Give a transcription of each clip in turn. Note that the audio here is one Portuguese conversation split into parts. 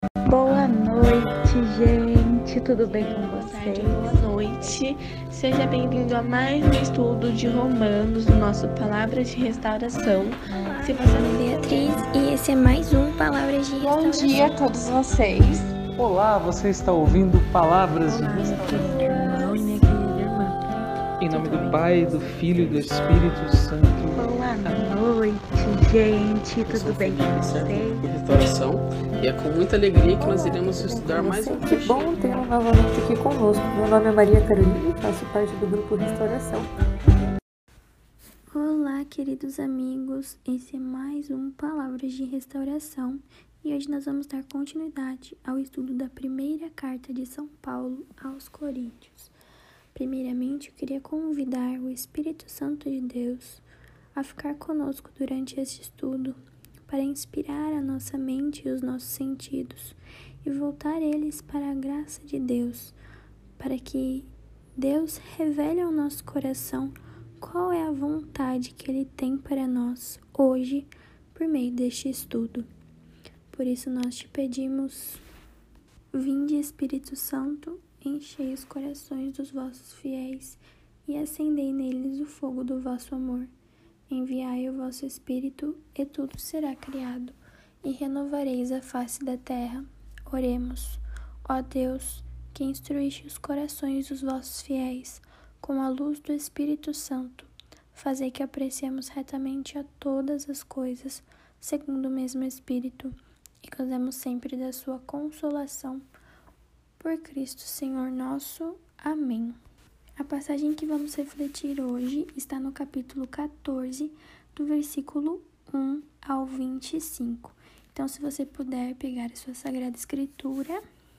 Boa noite, gente. Tudo bem com Boa vocês? tarde, boa noite. Seja bem-vindo a mais um estudo de Romanos no nosso Palavras de Restauração. Se você não Beatriz, e esse é mais um Palavras de Restauração. Bom dia a todos vocês. Olá, você está ouvindo Palavras de Olá, meu Restauração. querido irmão e minha querida irmã. Em nome do Pai, do Filho e do Espírito Santo. Boa noite, gente. Eu sou Tudo bem com Felipe, servo vocês? por Restauração, e é com muita alegria que nós iremos estudar mais um Que bom tê-lo novamente aqui conosco. Meu nome é Maria Carolina e faço parte do grupo Restauração. Olá, queridos amigos. Esse é mais um Palavras de Restauração e hoje nós vamos dar continuidade ao estudo da primeira carta de São Paulo aos Coríntios. Primeiramente, eu queria convidar o Espírito Santo de Deus a ficar conosco durante este estudo para inspirar a nossa mente e os nossos sentidos e voltar eles para a graça de Deus, para que Deus revele ao nosso coração qual é a vontade que Ele tem para nós hoje por meio deste estudo. Por isso nós te pedimos, vinde Espírito Santo, enchei os corações dos vossos fiéis e acendei neles o fogo do vosso amor. Enviai o vosso Espírito e tudo será criado e renovareis a face da terra. Oremos, ó Deus, que instruíste os corações dos vossos fiéis com a luz do Espírito Santo, fazei que apreciemos retamente a todas as coisas, segundo o mesmo Espírito, e gozemos sempre da sua consolação. Por Cristo Senhor nosso. Amém. A passagem que vamos refletir hoje está no capítulo 14, do versículo 1 ao 25. Então, se você puder pegar a sua Sagrada Escritura,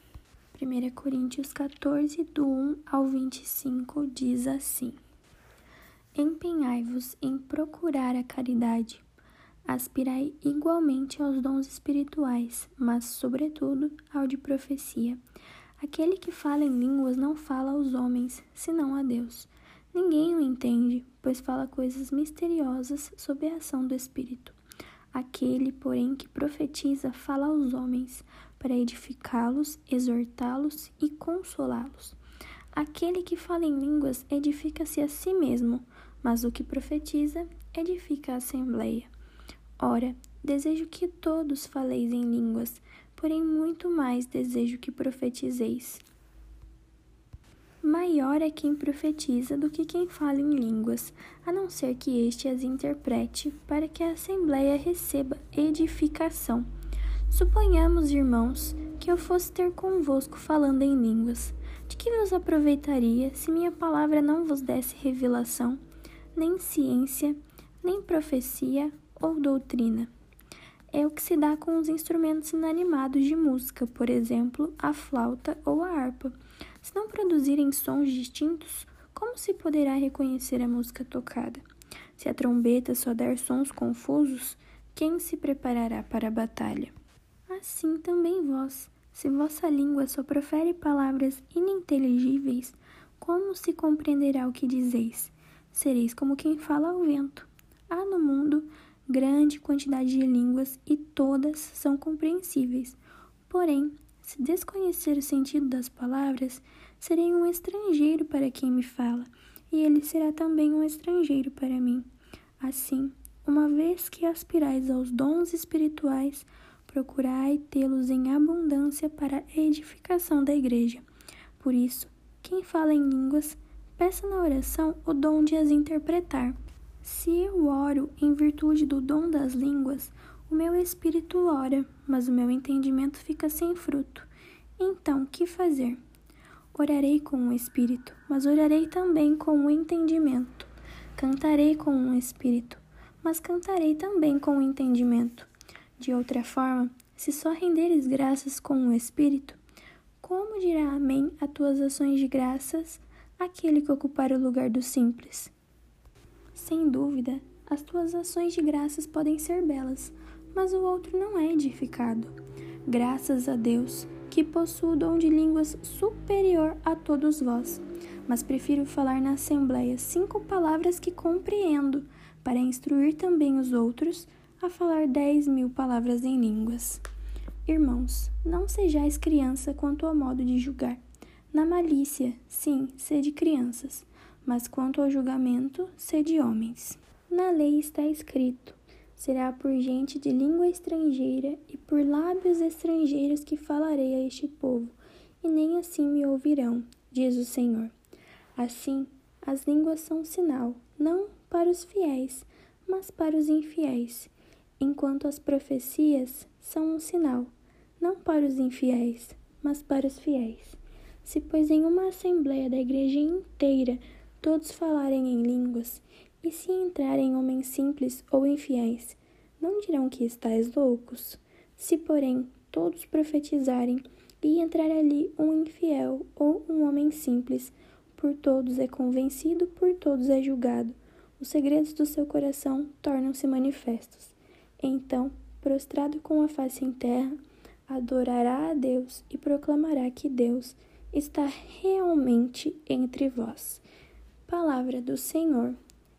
1 Coríntios 14, do 1 ao 25, diz assim: Empenhai-vos em procurar a caridade, aspirai igualmente aos dons espirituais, mas, sobretudo, ao de profecia. Aquele que fala em línguas não fala aos homens, senão a Deus. Ninguém o entende, pois fala coisas misteriosas sob a ação do Espírito. Aquele, porém, que profetiza fala aos homens, para edificá-los, exortá-los e consolá-los. Aquele que fala em línguas edifica-se a si mesmo, mas o que profetiza edifica a assembleia. Ora, desejo que todos faleis em línguas, porém muito mais desejo que profetizeis. Maior é quem profetiza do que quem fala em línguas, a não ser que este as interprete, para que a assembleia receba edificação. Suponhamos, irmãos, que eu fosse ter convosco falando em línguas. De que vos aproveitaria se minha palavra não vos desse revelação, nem ciência, nem profecia ou doutrina? É o que se dá com os instrumentos inanimados de música, por exemplo, a flauta ou a harpa. Se não produzirem sons distintos, como se poderá reconhecer a música tocada? Se a trombeta só der sons confusos, quem se preparará para a batalha? Assim também vós, se vossa língua só profere palavras ininteligíveis, como se compreenderá o que dizeis? Sereis como quem fala ao vento. Há no mundo grande quantidade de línguas e todas são compreensíveis. Porém, se desconhecer o sentido das palavras, serei um estrangeiro para quem me fala, e ele será também um estrangeiro para mim. Assim, uma vez que aspirais aos dons espirituais, procurai tê-los em abundância para a edificação da igreja. Por isso, quem fala em línguas, peça na oração o dom de as interpretar. Se eu oro em virtude do dom das línguas, o meu espírito ora, mas o meu entendimento fica sem fruto. Então, que fazer? Orarei com o espírito, mas orarei também com o entendimento. Cantarei com o espírito, mas cantarei também com o entendimento. De outra forma, se só renderes graças com o espírito, como dirá amém a tuas ações de graças aquele que ocupar o lugar do simples? Sem dúvida, as tuas ações de graças podem ser belas, mas o outro não é edificado. Graças a Deus, que possui o dom de línguas superior a todos vós, mas prefiro falar na assembleia 5 palavras que compreendo, para instruir também os outros a falar 10.000 palavras em línguas. Irmãos, não sejais criança quanto ao modo de julgar. Na malícia, sim, sede crianças, mas quanto ao julgamento, sede homens. Na lei está escrito: será por gente de língua estrangeira e por lábios estrangeiros que falarei a este povo, e nem assim me ouvirão, diz o Senhor. Assim, as línguas são sinal, não para os fiéis, mas para os infiéis, enquanto as profecias são um sinal, não para os infiéis, mas para os fiéis. Se, pois, em uma assembleia da igreja inteira todos falarem em línguas, e se entrarem homens simples ou infiéis, não dirão que estáis loucos? Se, porém, todos profetizarem, e entrar ali um infiel ou um homem simples, por todos é convencido, por todos é julgado. Os segredos do seu coração tornam-se manifestos. Então, prostrado com a face em terra, adorará a Deus e proclamará que Deus está realmente entre vós. Palavra do Senhor.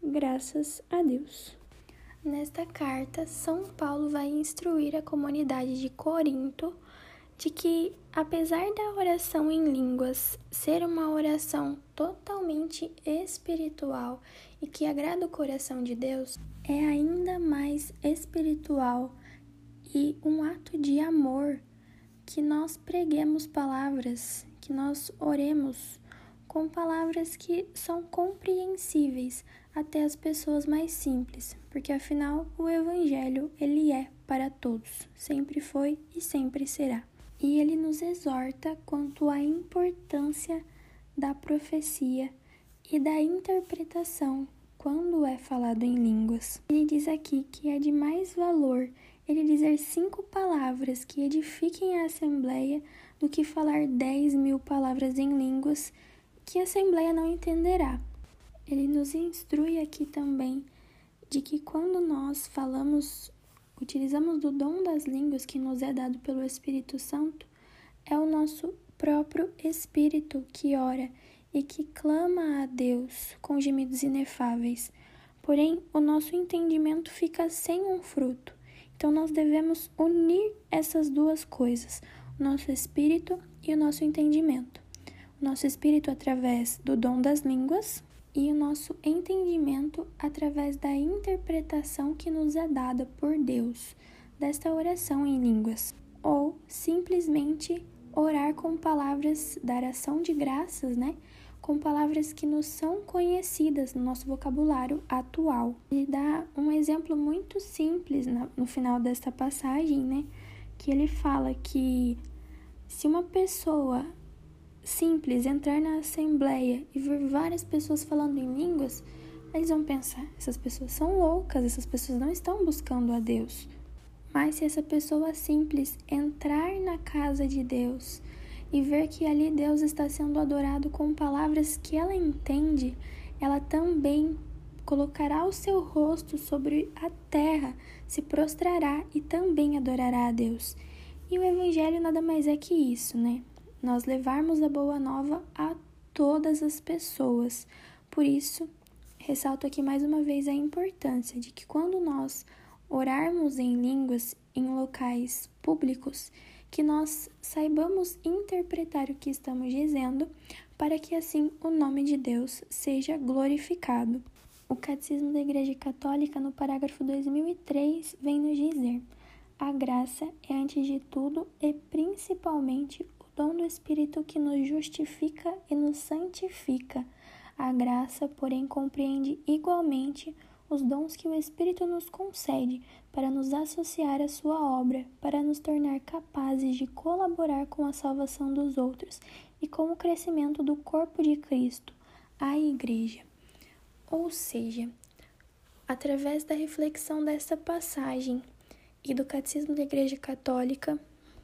Graças a Deus. Nesta carta, São Paulo vai instruir a comunidade de Corinto de que, apesar da oração em línguas ser uma oração totalmente espiritual e que agrada o coração de Deus, é ainda mais espiritual e um ato de amor que nós preguemos palavras, que nós oremos com palavras que são compreensíveis até as pessoas mais simples, porque afinal o Evangelho ele é para todos, sempre foi e sempre será. E ele nos exorta quanto à importância da profecia e da interpretação quando é falado em línguas. Ele diz aqui que é de mais valor ele dizer 5 palavras que edifiquem a assembleia do que falar 10.000 palavras em línguas que a assembleia não entenderá. Ele nos instrui aqui também de que quando nós utilizamos do dom das línguas que nos é dado pelo Espírito Santo, é o nosso próprio Espírito que ora e que clama a Deus com gemidos inefáveis. Porém, o nosso entendimento fica sem um fruto. Então, nós devemos unir essas duas coisas, o nosso Espírito e o nosso entendimento. O nosso Espírito através do dom das línguas e o nosso entendimento através da interpretação que nos é dada por Deus desta oração em línguas, ou simplesmente orar com palavras, dar ação de graças, com palavras que nos são conhecidas no nosso vocabulário atual. Ele dá um exemplo muito simples no final desta passagem, que ele fala que se uma pessoa simples entrar na assembleia e ver várias pessoas falando em línguas, eles vão pensar, essas pessoas são loucas, essas pessoas não estão buscando a Deus. Mas se essa pessoa simples entrar na casa de Deus e ver que ali Deus está sendo adorado com palavras que ela entende, ela também colocará o seu rosto sobre a terra, se prostrará e também adorará a Deus. E o Evangelho nada mais é que isso, Nós levarmos a boa nova a todas as pessoas. Por isso, ressalto aqui mais uma vez a importância de que quando nós orarmos em línguas em locais públicos, que nós saibamos interpretar o que estamos dizendo, para que assim o nome de Deus seja glorificado. O Catecismo da Igreja Católica, no parágrafo 2003, vem nos dizer: a graça é, antes de tudo e principalmente, o dom do Espírito que nos justifica e nos santifica. A graça, porém, compreende igualmente os dons que o Espírito nos concede para nos associar à sua obra, para nos tornar capazes de colaborar com a salvação dos outros e com o crescimento do corpo de Cristo, a Igreja. Ou seja, através da reflexão desta passagem e do Catecismo da Igreja Católica,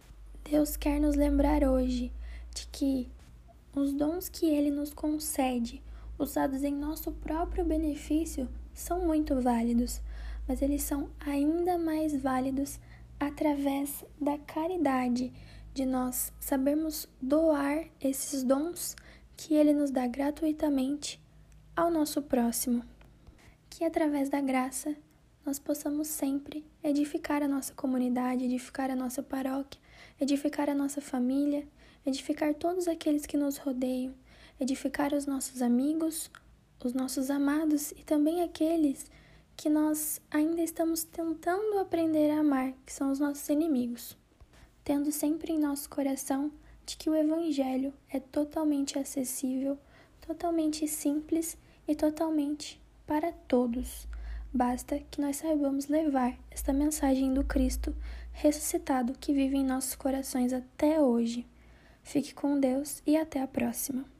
Deus quer nos lembrar hoje de que os dons que Ele nos concede, usados em nosso próprio benefício, são muito válidos, mas eles são ainda mais válidos através da caridade, de nós sabermos doar esses dons que Ele nos dá gratuitamente ao nosso próximo. Que através da graça nós possamos sempre edificar a nossa comunidade, edificar a nossa paróquia, edificar a nossa família, edificar todos aqueles que nos rodeiam, edificar os nossos amigos, os nossos amados e também aqueles que nós ainda estamos tentando aprender a amar, que são os nossos inimigos. Tendo sempre em nosso coração de que o Evangelho é totalmente acessível, totalmente simples e totalmente para todos. Basta que nós saibamos levar esta mensagem do Cristo ressuscitado que vive em nossos corações até hoje. Fique com Deus e até a próxima.